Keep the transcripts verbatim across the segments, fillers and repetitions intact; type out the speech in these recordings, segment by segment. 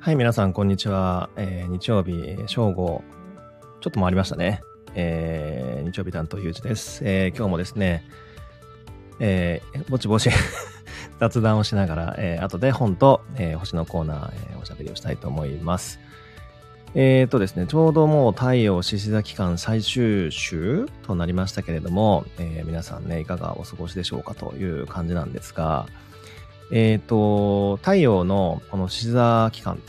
はい、皆さん、こんにちは。えー、日曜日、正午、ちょっと回りましたね。えー、日曜日担当、ゆうじです。えー、今日もですね、えー、ぼちぼち雑談をしながら、えー、後で本と、えー、星のコーナー、えー、おしゃべりをしたいと思います。えーとですね、ちょうどもう太陽獅子座期間最終週となりましたけれども、えー、皆さんね、いかがお過ごしでしょうかという感じなんですが、えっと、太陽のこの獅子座期間って、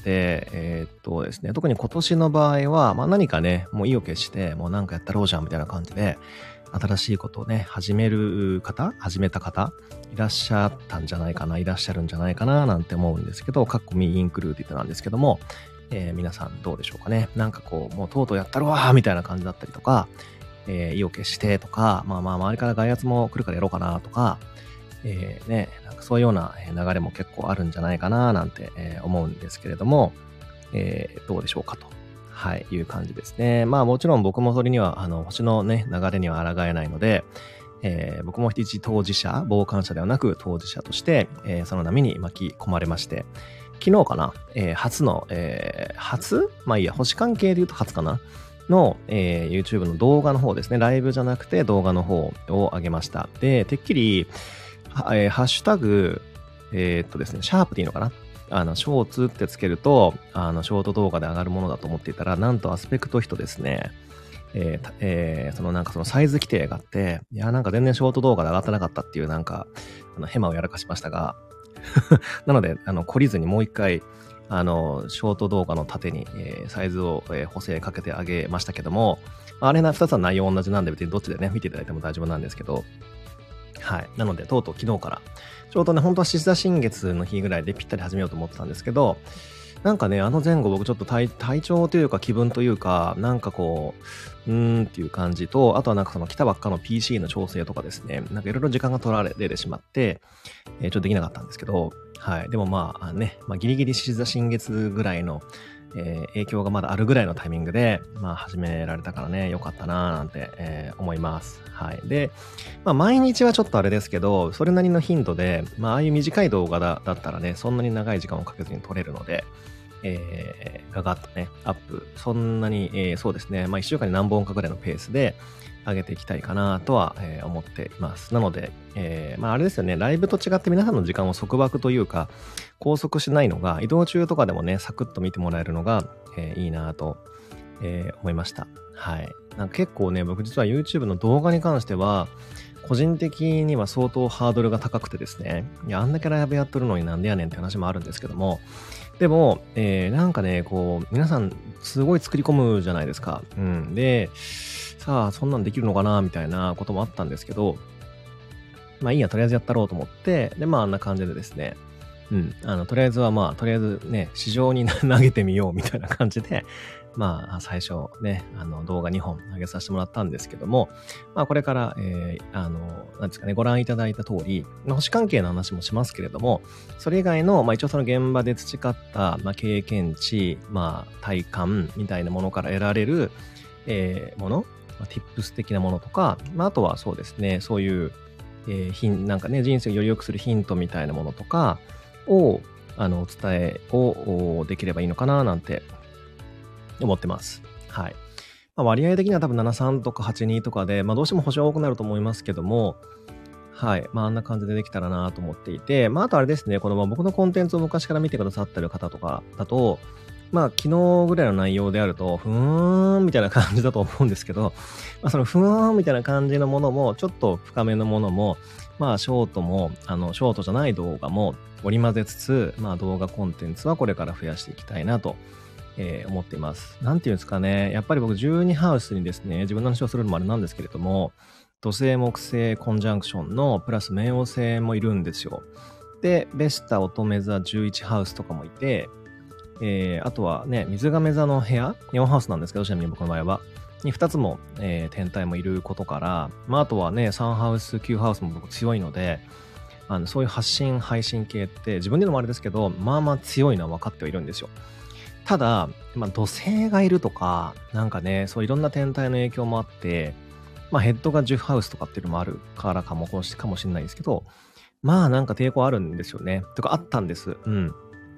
えっとですね、特に今年の場合は、まあ何かね、もう意を決して、もうなんかやったろうじゃんみたいな感じで、新しいことをね、始める方、始めた方、いらっしゃったんじゃないかな、いらっしゃるんじゃないかな、なんて思うんですけど、かっこミーインクルーディットなんですけども、えー皆さんどうでしょうかね。なんかこう、もうとうとうやったろわーみたいな感じだったりとか、えー意を決してとか、まあまあ周りから外圧も来るからやろうかなとか、えーね、なんかそういうような流れも結構あるんじゃないかななんて、えー思うんですけれども、えーどうでしょうかと、はい、いう感じですね。まあもちろん僕もそれには、あの、星のね、流れには抗えないので、えー僕も一当事者、傍観者ではなく当事者として、えーその波に巻き込まれまして、昨日かな、えー初の、えー初まあいいや、星関係で言うと初かなの、えー YouTube の動画の方ですね。ライブじゃなくて動画の方を上げました。で、てっきり、はえーハッシュタグ、えーっとですね、シャープでいいのかな、あの、ショーツってつけると、あの、ショート動画で上がるものだと思っていたら、なんとアスペクト比とですね、えーたえーそのなんかそのサイズ規定があって、いや、なんか全然ショート動画で上がってなかったっていうなんか、あの、ヘマをやらかしましたが、なので、あの、懲りずにもう一回、あの、ショート動画の縦に、えーサイズを、えー補正かけてあげましたけども、あれな、二つは内容同じなんで別にどっちでね、見ていただいても大丈夫なんですけど、はい。なので、とうとう昨日から、ちょうどね、本当は獅子座新月の日ぐらいでぴったり始めようと思ってたんですけど、なんかね、あの前後僕ちょっと体体調というか気分というか、なんかこう、うーんっていう感じと、あとはなんかその来たばっかの ピーシー の調整とかですね、なんかいろいろ時間が取られてしまって、えーちょっとできなかったんですけど、はい。でもまあね、まあ、ギリギリ獅子座新月ぐらいの、えー影響がまだあるぐらいのタイミングで、まあ始められたからね、よかったなーなんて、えー思います。はい。で、まあ毎日はちょっとあれですけど、それなりの頻度で、まあああいう短い動画だだったらね、そんなに長い時間をかけずに撮れるので、えー、ガガッとね、アップ。そんなに、えーそうですね、まあいっしゅうかんに何本かぐらいのペースで上げていきたいかなとは、えー思っています。なので、えーまああれですよね、ライブと違って皆さんの時間を束縛というか、拘束しないのが、移動中とかでもね、サクッと見てもらえるのが、えーいいなと、えー思いました。はい。なんか結構ね、僕実は YouTube の動画に関しては、個人的には相当ハードルが高くてですね、いや、あんだけライブやっとるのになんでやねんって話もあるんですけども、でも、えーなんかね、こう、皆さん、すごい作り込むじゃないですか。うん。で、さあ、そんなんできるのかなみたいなこともあったんですけど、まあいいや、とりあえずやったろうと思って、で、まああんな感じでですね、うん、あの、とりあえずはまあ、とりあえずね、市場に投げてみようみたいな感じで、まあ、最初ね、あの、動画にほん上げさせてもらったんですけども、まあ、これから、えーあの、なんですかね、ご覧いただいた通り、まあ星関係の話もしますけれども、それ以外の、まあ、一応その現場で培った、まあ、経験値、まあ、体感みたいなものから得られる、えーもの、まあ、tips 的なものとか、まあ、あとはそうですね、そういう、えー、ヒンなんかね、人生をより良くするヒントみたいなものとかを、あの、お伝えをおできればいいのかななんて思ってます。はい。まあ、割合的には多分ななさんとかはちにとかで、まあどうしても星は多くなると思いますけども、はい。まああんな感じでできたらなと思っていて、まああとあれですね、このまあ僕のコンテンツを昔から見てくださってる方とかだと、まあ昨日ぐらいの内容であると、ふーんみたいな感じだと思うんですけど、まあそのふーんみたいな感じのものも、ちょっと深めのものも、まあショートも、あの、ショートじゃない動画も織り交ぜつつ、まあ動画コンテンツはこれから増やしていきたいなと、えー思っています。なんていうんですかね。やっぱり僕じゅうにハウスにですね、自分の話をするのもあれなんですけれども、土星木星コンジャンクションのプラス冥王星もいるんですよ。で、ベスタ乙女座じゅういちハウスとかもいて、えーあとはね、水亀座の部屋、よんハウスなんですけど、ちなみに僕の場合は、にふたつも、えー天体もいることから、まあ、あとはね、さんハウス、きゅうハウスも僕強いので、あのそういう発信、配信系って自分で言うのもあれですけど、まあまあ強いのは分かってはいるんですよ。ただ、まあ、土星がいるとか、なんかね、そういろんな天体の影響もあって、まあヘッドがじゅうハウスとかっていうのもあるからかもかもしれないですけど、まあなんか抵抗あるんですよね。とかあったんです。うん。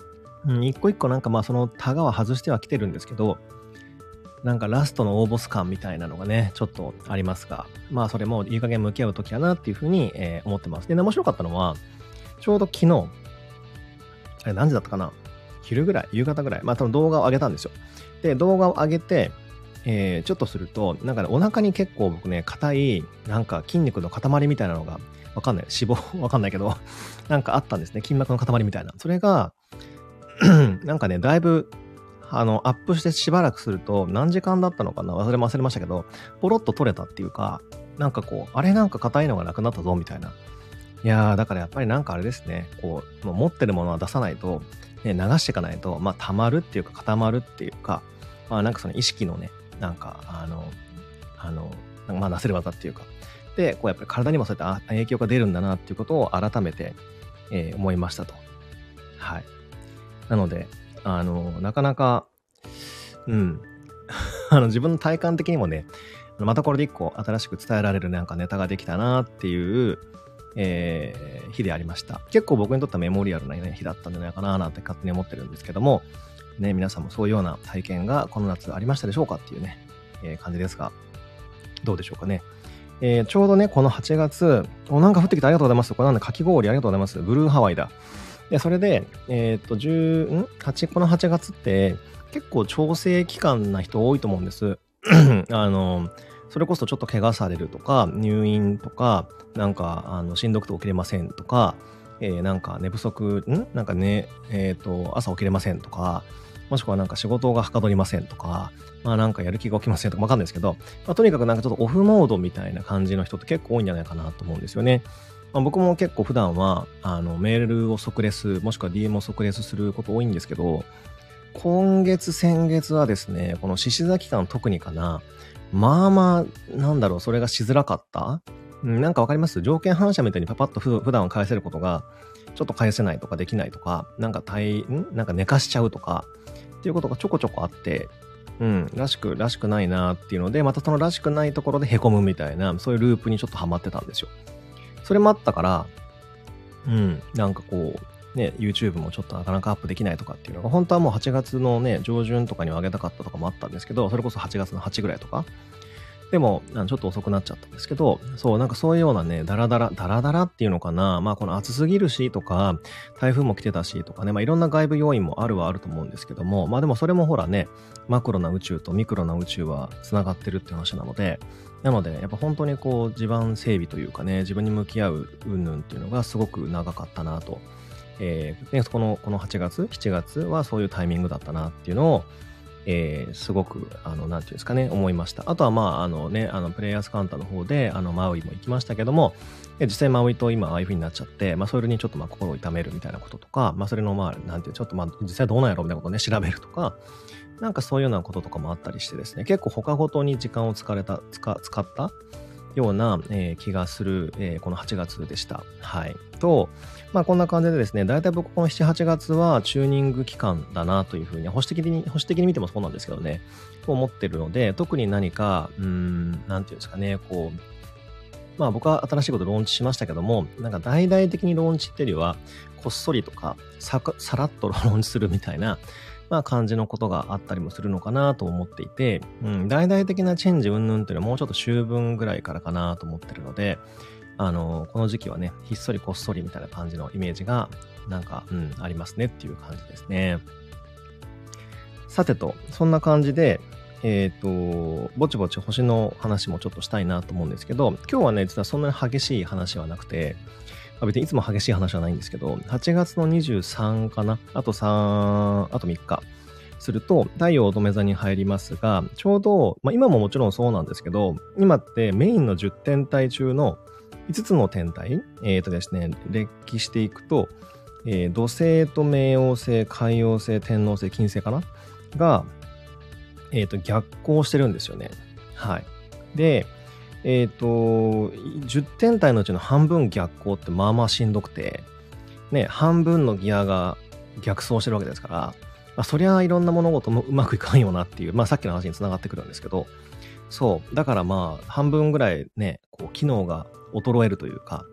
うん、一個一個なんかまあそのタガは外してはきてるんですけど、なんかラストの大ボス感みたいなのがね、ちょっとありますが、まあそれもいい加減向き合う時やなっていうふうに、えー思ってます。で、面白かったのは、ちょうど昨日、あれ何時だったかな、昼ぐらい、夕方ぐらい、まあ多分動画を上げたんですよ。で、動画を上げて、えーちょっとすると、なんかね、お腹に結構僕ね、硬い、なんか筋肉の塊みたいなのが、わかんない、脂肪わかんないけど、なんかあったんですね。筋膜の塊みたいな。それが、なんかね、だいぶ、あの、アップしてしばらくすると、何時間だったのかな、忘れ忘れましたけど、ポロッと取れたっていうか、なんかこう、あれなんか硬いのがなくなったぞ、みたいな。いやー、だからやっぱりなんかあれですね、こう、もう持ってるものは出さないと、ね、流していかないと、まあ、溜まるっていうか、固まるっていうか、まあ、なんかその意識のね、なんか、あの、あの、なんかまあ、なせる技っていうか、で、こうやっぱり体にもそういったあ影響が出るんだなっていうことを改めて、えー思いましたと。はい。なので、あの、なかなか、うん、あの、自分の体感的にもね、またこれで一個新しく伝えられるなんかネタができたなっていう、えー日でありました。結構僕にとってはメモリアルな、ね、日だったんじゃないかななんて勝手に思ってるんですけども、ね、皆さんもそういうような体験がこの夏ありましたでしょうかっていうね、えー感じですが、どうでしょうかね。えーちょうどね、このはちがつ、お、なんか降ってきてありがとうございます。これなんでかき氷ありがとうございます。ブルーハワイだ。で、それで、えっと、じゅう、ん ?はち、このはちがつって結構調整期間な人多いと思うんです。あの、それこそちょっと怪我されるとか、入院とか、なんか、あの、しんどくて起きれませんとか、えーなんか寝不足、んなんかね、えっと、朝起きれませんとか、もしくはなんか仕事がはかどりませんとか、まあなんかやる気が起きませんとかわかんないですけど、まあとにかくなんかちょっとオフモードみたいな感じの人って結構多いんじゃないかなと思うんですよね。まあ、僕も結構普段は、あの、メールを即レス、もしくは ディーエム を即レスすること多いんですけど、今月、先月はですね、この獅子座期間特にかな、まあまあ、なんだろう、それがしづらかった。うん、なんかわかります？条件反射みたいにパパッとふ普段は返せることが、ちょっと返せないとかできないとか、なんか大、んなんか寝かしちゃうとか、っていうことがちょこちょこあって、うん、らしく、らしくないなっていうので、またそのらしくないところで凹むみたいな、そういうループにちょっとハマってたんですよ。それもあったから、うん、なんかこう、ね、YouTube もちょっとなかなかアップできないとかっていうのが、本当はもうはちがつのね、上旬とかには上げたかったとかもあったんですけど、それこそはちがつのはちぐらいとか。でも、あのちょっと遅くなっちゃったんですけど、そう、なんかそういうようなね、ダラダラ、ダラダラっていうのかな、まあこの暑すぎるしとか、台風も来てたしとかね、まあいろんな外部要因もあるはあると思うんですけども、まあでもそれもほらね、マクロな宇宙とミクロな宇宙は繋がってるっていう話なので、なので、やっぱ本当にこう、地盤整備というかね、自分に向き合う云々っていうのがすごく長かったなと。えー、ね、この、このはちがつ、しちがつはそういうタイミングだったなっていうのを、えー、すごく、あの、なんていうんですかね、思いました。あとは、まあ、あのね、あの、プレイヤースカウンターの方で、あの、マウイも行きましたけども、で実際マウイと今、ああいう風になっちゃって、まあ、それにちょっと、まあ、心を痛めるみたいなこととか、まあ、それの、まあ、なんていう、ちょっと、まあ、実際どうなんやろみたいなことをね、調べるとか、なんかそういうようなこととかもあったりしてですね、結構他ごとに時間を使われた、使、使ったような、えー気がする、えーこのはちがつでした。はい。と、まあこんな感じでですね、大体僕このしち、はちがつはチューニング期間だなというふうに、保守的に、保守的に見てもそうなんですけどね、と思ってるので、特に何か、うーん、なんていうんですかね、こう、まあ僕は新しいことローンチしましたけども、なんか大々的にローンチっていうよりは、こっそりとか、さか、さらっとローンチするみたいな、まあ感じのことがあったりもするのかなと思っていて、うん、大々的なチェンジ云々っていうのはもうちょっと秋分ぐらいからかなと思ってるので、あの、この時期はね、ひっそりこっそりみたいな感じのイメージが、なんか、うん、ありますねっていう感じですね。さてと、そんな感じで、えっと、ぼちぼち星の話もちょっとしたいなと思うんですけど、今日はね、実はそんなに激しい話はなくて、まあ、別にいつも激しい話はないんですけど、はちがつのにじゅうさんかな、あとさん、あとみっかすると、太陽乙女座に入りますが、ちょうど、まあ今ももちろんそうなんですけど、今ってメインのじゅってん体中のいつつの天体、えっとですね、列記していくと、えー土星と冥王星、海王星、天王星、金星かなが、えっと、逆行してるんですよね。はい。で、えっと、じゅってん体のうちの半分逆行ってまあまあしんどくて、ね、半分のギアが逆走してるわけですから、まあ、そりゃいろんな物事もうまくいかんよなっていう、まあさっきの話につながってくるんですけど、そう。だからまあ、半分ぐらいね、こう、機能が衰えるというか、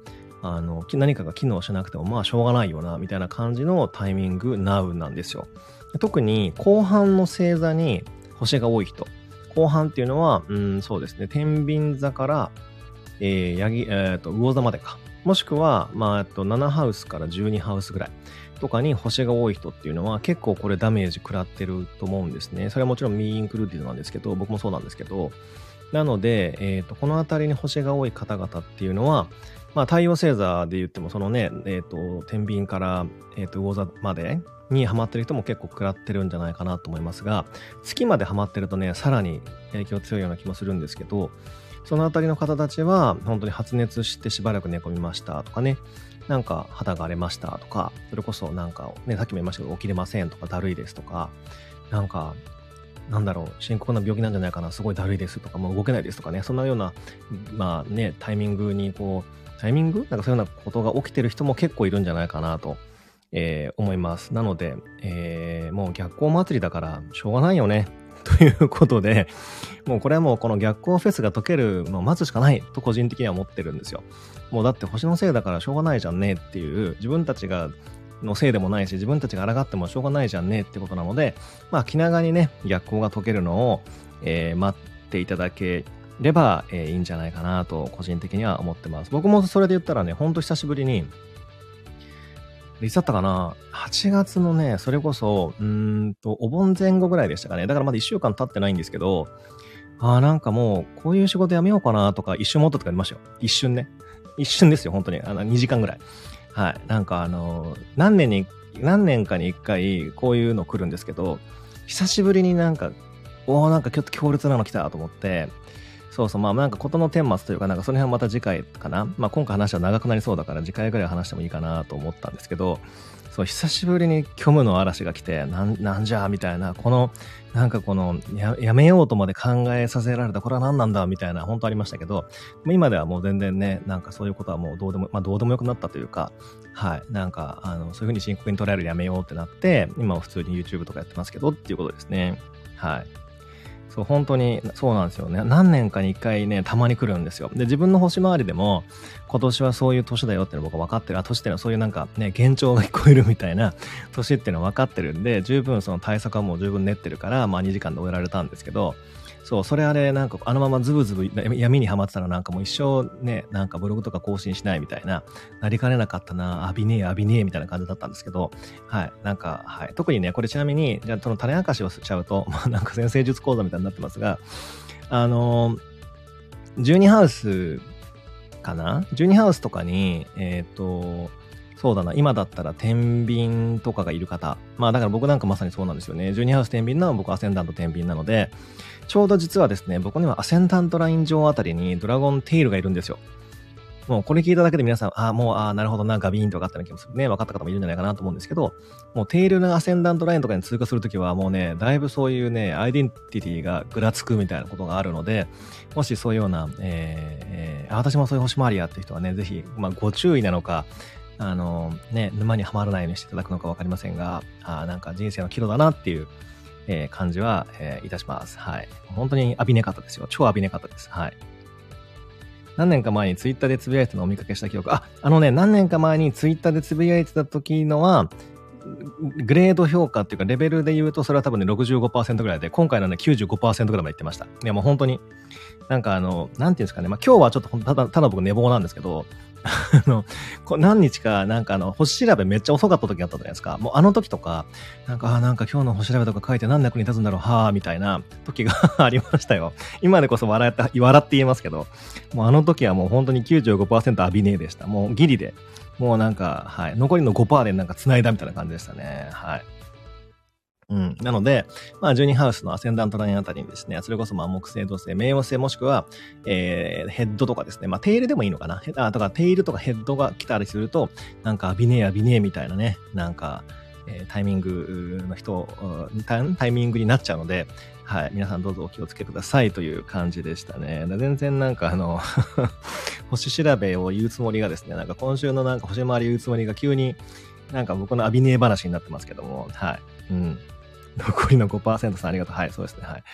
あの、何かが機能しなくてもまあしょうがないよな、みたいな感じのタイミング、ナウなんですよ。特に後半の星座に星が多い人。後半っていうのは、うん、そうですね、天秤座から、えー、ヤギ、えっと、魚座までか。もしくは、まあ、えっと、ななハウスからじゅうにハウスぐらいとかに星が多い人っていうのは結構これダメージ食らってると思うんですね。それはもちろんミーインクルーディドなんですけど、僕もそうなんですけど、なので、えっと、この辺りに星が多い方々っていうのは、まあ、太陽星座で言っても、そのね、えっと、天秤から、えっと、魚座までにハマってる人も結構食らってるんじゃないかなと思いますが、月までハマってるとね、さらに影響強いような気もするんですけど、そのあたりの方たちは、本当に発熱してしばらく寝込みましたとかね、なんか肌が荒れましたとか、それこそなんかね、さっきも言いましたけど、起きれませんとか、だるいですとか、なんか、なんだろう、深刻な病気なんじゃないかな、すごいだるいですとか、もう動けないですとかね、そんなような、まあね、タイミングにこう、タイミングなんかそういうようなことが起きてる人も結構いるんじゃないかなと、えー思います。なので、えーもう逆行祭りだからしょうがないよね。ということで、もうこれはもうこの逆行フェスが解けるのを待つしかないと個人的には思ってるんですよ。もうだって星のせいだからしょうがないじゃんねっていう、自分たちがのせいでもないし、自分たちが抗ってもしょうがないじゃんねってことなので、まあ気長にね、逆行が解けるのを、えー待っていただければ、えーいいんじゃないかなと個人的には思ってます。僕もそれで言ったらね、ほんと久しぶりに、いつだったかな ?はち 月のね、それこそ、うーんと、お盆前後ぐらいでしたかね。だからまだいっしゅうかん経ってないんですけど、ああ、なんかもう、こういう仕事やめようかなとか、一瞬思ったとかありましたよ。一瞬ね。一瞬ですよ、本当に。あの、にじかんぐらい。はい。なんかあの、何年に、何年かに一回、こういうの来るんですけど、久しぶりになんか、おーなんかちょっと強烈なの来たと思って、そうそう、まあなんか事の顛末というか、なんかその辺はまた次回かな。まあ今回話は長くなりそうだから、次回ぐらい話してもいいかなと思ったんですけど、そう、久しぶりに虚無の嵐が来て、なん、なんじゃみたいな、この、なんかこのや、やめようとまで考えさせられた、これは何なんだみたいな、本当ありましたけど、今ではもう全然ね、なんかそういうことはもうどうでも、まあどうでもよくなったというか、はい、なんか、あの、そういうふうに深刻に捉えるやめようってなって、今は普通に YouTube とかやってますけどっていうことですね。はい。そう、本当に、そうなんですよね。何年かに一回ね、たまに来るんですよ。で、自分の星回りでも、今年はそういう年だよっていうの僕は分かってる。あ、年っていうのはそういうなんかね、幻聴が聞こえるみたいな年っていうのは分かってるんで、十分その対策はもう十分練ってるから、まあにじかんで終えられたんですけど、そう、それあれ、なんかあのままズブズブ闇にはまってたらなんかもう一生ね、なんかブログとか更新しないみたいな、なりかねなかったな、浴びねえ浴びねえみたいな感じだったんですけど、はい、なんか、はい、特にね、これちなみに、じゃあその種明かしをしちゃうと、まあなんか先生術講座みたいになってますが、あのー、じゅうにハウスかな ?じゅうに ハウスとかに、えっと、そうだな、今だったら天秤とかがいる方。まあだから僕なんかまさにそうなんですよね。じゅうにハウス天秤なのは僕アセンダント天秤なので、ちょうど実はですね、僕にはアセンダントライン上あたりにドラゴンテイルがいるんですよ。もうこれ聞いただけで皆さん、ああ、もう、ああ、なるほどな、ガビーンと分かったような気もするね。分かった方もいるんじゃないかなと思うんですけど、もうテイルのアセンダントラインとかに通過するときはもうね、だいぶそういうね、アイデンティティがぐらつくみたいなことがあるので、もしそういうような、えーえー、私もそういう星回りやっていう人はね、ぜひ、まあ、ご注意なのか、あの、ね、沼にはまらないようにしていただくのか分かりませんが、あなんか人生の岐路だなっていう、えー、感じは、えー、いたします。はい。本当に浴びねかったですよ。超浴びねかったです。はい。何年か前にツイッターでつぶやいてたのをお見かけした記憶。あ、あのね、何年か前にツイッターでつぶやいてた時のは、グレード評価っていうかレベルで言うとそれは多分ね ろくじゅうごパーセント ぐらいで、今回のね きゅうじゅうごパーセント ぐらいまでいってました。いやもう本当に、なんかあの、なんていうんですかね、まあ今日はちょっとただ、ただ僕寝坊なんですけど、あの、こう何日か、なんかあの、星調べめっちゃ遅かった時あったじゃないですか。もうあの時とか、なんか、あなんか今日の星調べとか書いて何の役に立つんだろう、はぁ、みたいな時がありましたよ。今でこそ笑って、笑って言えますけど、もうあの時はもう本当に きゅうじゅうごパーセント 浴びねえでした。もうギリで、もうなんか、はい、残りの ごパーセント でなんか繋いだみたいな感じでしたね。はい。うん。なので、まあ、じゅうにハウスのアセンダントラインあたりにですね、それこそまあ、木星、土星、冥王星もしくは、えー、ヘッドとかですね、まあ、テールでもいいのかな。あ、とか、テールとかヘッドが来たりすると、なんか、ビネーやビネーみたいなね、なんか、えー、タイミングの人、タイミングになっちゃうので、はい。皆さんどうぞお気をつけくださいという感じでしたね。全然なんかあの、星調べを言うつもりがですね、なんか今週のなんか星回り言うつもりが急になんか僕のアビネー話になってますけども、はい。うん。残りの ごパーセント さんありがとう。はい、そうですね。はい。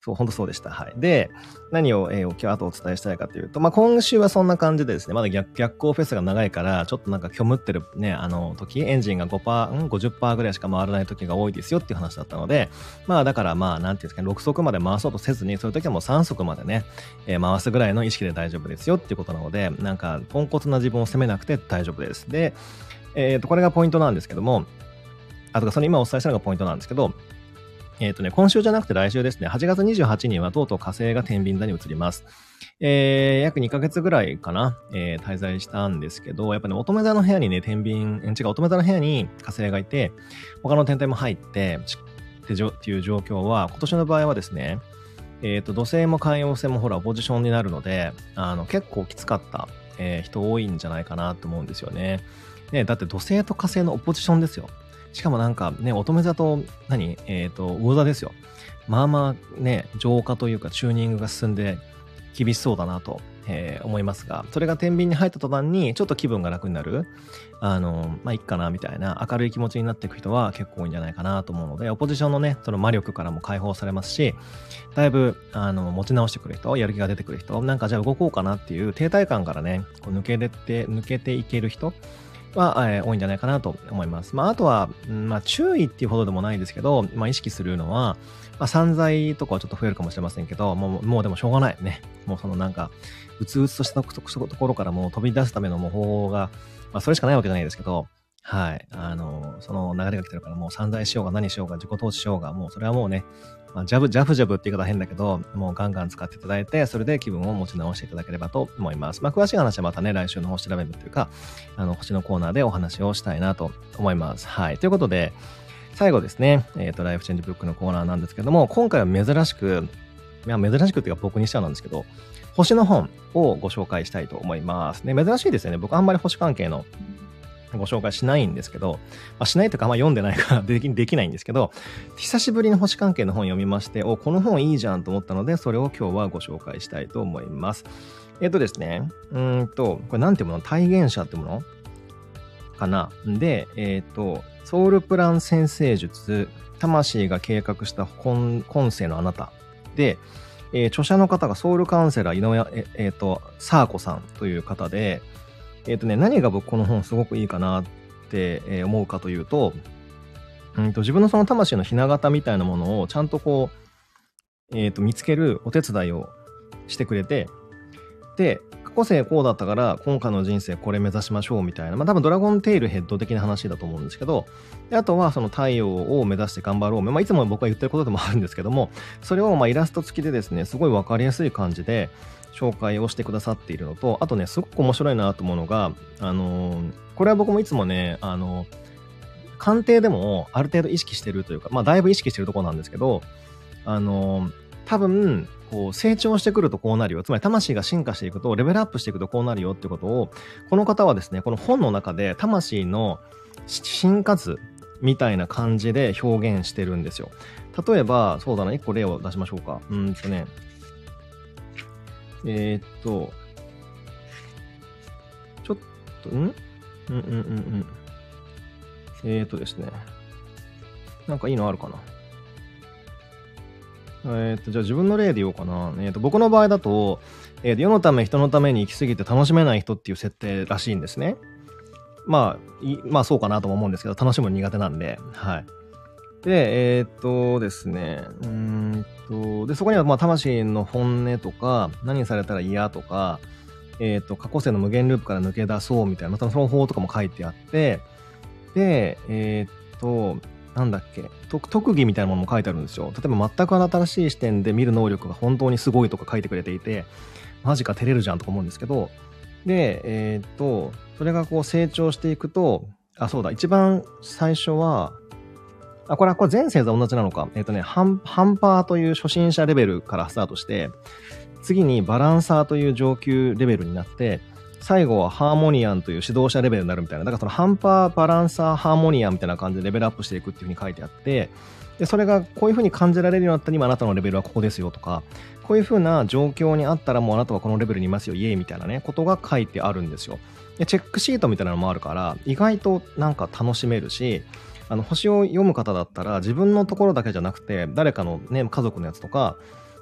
そう、本当そうでした。はい。で、何を、えー、今日後お伝えしたいかというと、まあ、今週はそんな感じでですね、まだ逆、逆行フェスが長いから、ちょっとなんか虚無ってるね、あの時、エンジンがごパーセント、ん ?ごじゅっパーセント ぐらいしか回らない時が多いですよっていう話だったので、まあ、だからまあ、なんていうんですかね、ろく速まで回そうとせずに、そういう時はもうさん速までね、えー、回すぐらいの意識で大丈夫ですよっていうことなので、なんか、ポンコツな自分を責めなくて大丈夫です。で、えっと、これがポイントなんですけども、あとか、その今お伝えしたのがポイントなんですけど、えっとね、今週じゃなくて来週ですね、はちがつにじゅうはちにちにはとうとう火星が天秤座に移ります。えー、約にかげつぐらいかな、えー、滞在したんですけど、やっぱね、乙女座の部屋にね、天秤、違う、乙女座の部屋に火星がいて、他の天体も入って、っていう状況は、今年の場合はですね、えっと、土星も海王星もほら、ポジションになるので、あの、結構きつかった、えー、人多いんじゃないかなと思うんですよね。ね、だって土星と火星のオポジションですよ。しかもなんかね、乙女座と何、えっと、魚座ですよ。まあまあね、浄化というかチューニングが進んで厳しそうだなと、えー、思いますが、それが天秤に入った途端にちょっと気分が楽になる。あの、まあ、いっかなみたいな明るい気持ちになっていく人は結構多いんじゃないかなと思うので、オポジションのね、その魔力からも解放されますし、だいぶ、あの、持ち直してくる人、やる気が出てくる人、なんかじゃあ動こうかなっていう停滞感からね、こう抜け出て、抜けていける人、は、えー、多いんじゃないかなと思います。まあ、あとは、まあ、注意っていうほどでもないですけど、まあ、意識するのは、まあ、散財とかはちょっと増えるかもしれませんけど、もう、もうでもしょうがないね。もうそのなんか、うつうつとしたところからもう飛び出すためのもう方法が、まあ、それしかないわけじゃないですけど、はい。あの、その流れが来てるから、もう散財しようが何しようが自己投資しようが、もうそれはもうね、まあ、ジャブ、ジャブジャブって言い方は変だけど、もうガンガン使っていただいて、それで気分を持ち直していただければと思います。まあ、詳しい話はまたね、来週の星調べるというか、あの、星のコーナーでお話をしたいなと思います。はい。ということで、最後ですね、えっと、ライフチェンジブックのコーナーなんですけども、今回は珍しく、いや、珍しくっていうか僕にしてはなんですけど、星の本をご紹介したいと思いますね。珍しいですよね。僕あんまり星関係のご紹介しないんですけど、まあ、しないというかあんま読んでないからでき、できないんですけど、久しぶりに星関係の本読みまして、お、この本いいじゃんと思ったので、それを今日はご紹介したいと思います。えっとですね、うーんと、これなんていうもの？体現者ってものかな。で、えっと、ソウルプラン先生術、魂が計画した今今世のあなたで、えー、著者の方がソウルカウンセラー井上、ええー、と、サーコさんという方で、えっとね、何が僕この本すごくいいかなって、えー、思うかというと、うんと、自分のその魂のひな形みたいなものをちゃんとこう、えっと、見つけるお手伝いをしてくれて、で、過去世こうだったから今回の人生これ目指しましょうみたいな、まあ多分ドラゴンテイルヘッド的な話だと思うんですけど、であとはその太陽を目指して頑張ろう。まあいつも僕が言ってることでもあるんですけども、それをまあイラスト付きでですね、すごいわかりやすい感じで紹介をしてくださっているのと、あとね、すごく面白いなと思うのが、あのー、これは僕もいつもね、あのー、鑑定でもある程度意識してるというか、まあだいぶ意識してるところなんですけど、あのー、多分、こう成長してくるとこうなるよ。つまり魂が進化していくと、レベルアップしていくとこうなるよってことを、この方はですね、この本の中で魂の進化図みたいな感じで表現してるんですよ。例えば、そうだな、一個例を出しましょうか。うーんとね、えー、っと、ちょっと、んうんうんうんうん。えー、っとですね、なんかいいのあるかな。えっと、じゃあ自分の例で言おうかな。えっと、僕の場合だと、えー、世のため人のために生きすぎて楽しめない人っていう設定らしいんですね。まあ、いまあそうかなとも思うんですけど、楽しむの苦手なんで、はい。で、えー、っとですね、うーんと、で、そこにはまあ魂の本音とか、何されたら嫌とか、えー、っと、過去世の無限ループから抜け出そうみたいな、またその方法とかも書いてあって、で、えー、っと、なんだっけ、特技みたいなものも書いてあるんですよ。例えば全く新しい視点で見る能力が本当にすごいとか書いてくれていて、マジか照れるじゃんとか思うんですけど、で、えー、っと、それがこう成長していくと、あ、そうだ、一番最初は、あ、これは、これ前世と同じなのか。えー、っとね、ハン、ハンパーという初心者レベルからスタートして、次にバランサーという上級レベルになって、最後はハーモニアンという指導者レベルになるみたいな。だからそのハンパー、バランサー、ハーモニアンみたいな感じでレベルアップしていくっていう風に書いてあって、で、それがこういう風に感じられるようになったら今あなたのレベルはここですよとか、こういう風な状況にあったらもうあなたはこのレベルにいますよ、イエーイみたいなね、ことが書いてあるんですよ。で、チェックシートみたいなのもあるから、意外となんか楽しめるし、あの、星を読む方だったら自分のところだけじゃなくて、誰かのね、家族のやつとか、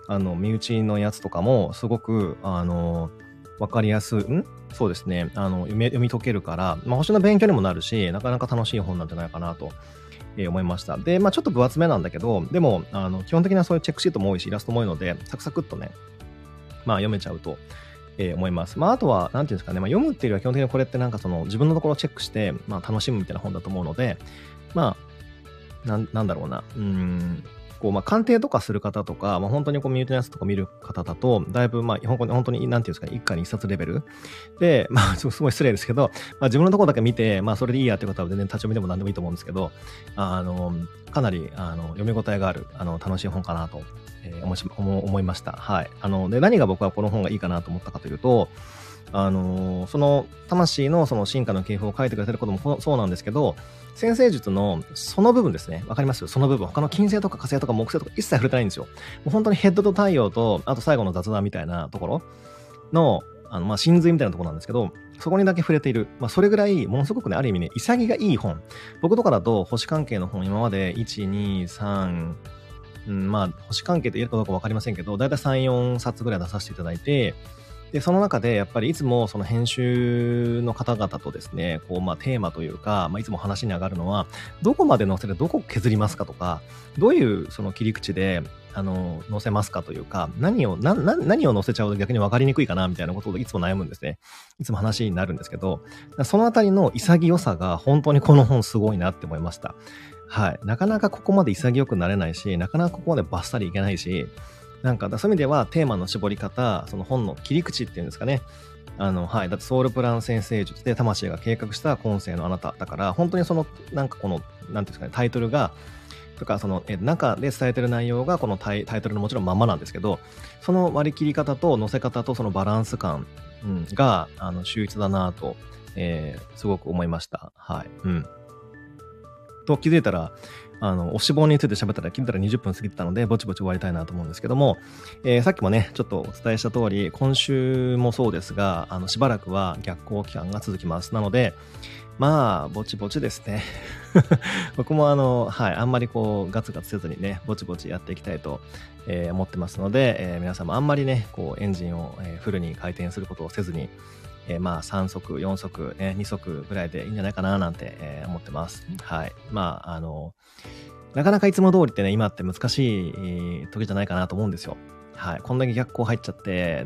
あの、身内のやつとかも、すごく、あの、わかりやすい、んそうですね。あの、読み、読み解けるから、まあ、星の勉強にもなるし、なかなか楽しい本なんじゃないかなと、えー思いました。で、まあ、ちょっと分厚めなんだけど、でも、あの、基本的なそういうチェックシートも多いし、イラストも多いので、サクサクっとね、まあ、読めちゃうと、えー思います。まあ、あとは、なんていうんですかね、まあ、読むっていうよりは基本的にこれってなんかその、自分のところをチェックして、まあ、楽しむみたいな本だと思うので、まあ、なん、なんだろうな、うーん、こう、まあ、鑑定とかする方とか、まあ、本当にこう、ミュートのやつとか見る方だと、だいぶ、まあ、本当に、本当に、なんていうんですかね、一家に一冊レベルで、まあ、すごい失礼ですけど、まあ、自分のところだけ見て、まあ、それでいいやっていう方は全然立ち読みでも何でもいいと思うんですけど、あの、かなり、あの、読み応えがある、あの、楽しい本かなと、えー思いし思思いました。はい。あの、で、何が僕はこの本がいいかなと思ったかというと、あのーその魂のその進化の系譜を書いてくれてることもこそうなんですけど、先生術のその部分ですね。わかりますその部分。他の金星とか火星とか木星とか一切触れてないんですよ。もう本当にヘッドと太陽と、あと最後の雑談みたいなところの、あの、まあ、真髄みたいなところなんですけど、そこにだけ触れている。まあ、それぐらい、ものすごくね、ある意味ね、潔がいい本。僕とかだと、星関係の本、今までいち、に、さん、うん、まあ、星関係って言えるかどうかわかりませんけど、だいたいさん、よんさつぐらい出させていただいて、で、その中で、やっぱりいつもその編集の方々とですね、こう、まあ、テーマというか、まあ、いつも話に上がるのは、どこまで載せてどこ削りますかとか、どういうその切り口で、あの、載せますかというか、何を、な、な、何を載せちゃうと逆に分かりにくいかな、みたいなことをいつも悩むんですね。いつも話になるんですけど、そのあたりの潔さが本当にこの本すごいなって思いました。はい。なかなかここまで潔くなれないし、なかなかここまでバッサリいけないし、なんか、そういう意味ではテーマの絞り方、その本の切り口っていうんですかね。あの、はい。だってソウルプラン先生術で魂が計画した今世のあなただから、本当にその、なんかこの、なんていうんですかね、タイトルが、とか、その、え、中で伝えてる内容がこのタイタイトルのもちろんまんまなんですけど、その割り切り方と載せ方とそのバランス感、うん、が、あの、秀逸だなと、えーすごく思いました。はい。うん。と気づいたら、あの、押し本について喋ったら気づいたらにじゅっぷん過ぎてたので、ぼちぼち終わりたいなと思うんですけども、えーさっきもね、ちょっとお伝えした通り、今週もそうですが、あの、しばらくは逆行期間が続きます。なので、まあ、ぼちぼちですね。僕もあの、はい、あんまりこう、ガツガツせずにね、ぼちぼちやっていきたいと、えー思ってますので、えー皆さんもあんまりね、こう、エンジンを、えーフルに回転することをせずに、えーまあさん速、よん速、ね、に速ぐらいでいいんじゃないかななんて、えー思ってます。はい。まあ、あの、なかなかいつも通りってね、今って難しいえー時じゃないかなと思うんですよ。はい。こんだけ逆行入っちゃって、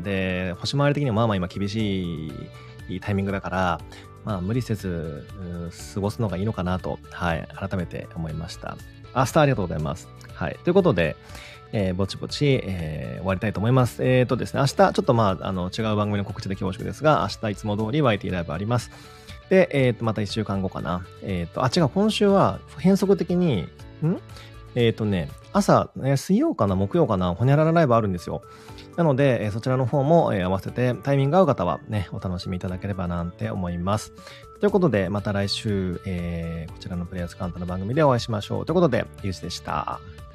で、星回り的にもまあまあ今厳しいタイミングだから、まあ無理せず、うー過ごすのがいいのかなと、はい。改めて思いました。明日ありがとうございます。はい。ということで、えーぼちぼち、えー終わりたいと思います。えっ、とですね、明日、ちょっとまあ、あの、違う番組の告知で恐縮ですが、明日いつも通り ワイティー ライブあります。で、えっ、と、またいっしゅうかんごかな。えっ、と、あ、違う、今週は変則的に、んえっ、とね、朝、えー水曜かな、木曜かな、ほにゃららライブあるんですよ。なので、えーそちらの方も、えー合わせてタイミング合う方はね、お楽しみいただければなんて思います。ということで、また来週、えーこちらのプレイヤーズカウンターの番組でお会いしましょう。ということで、ゆうじでした。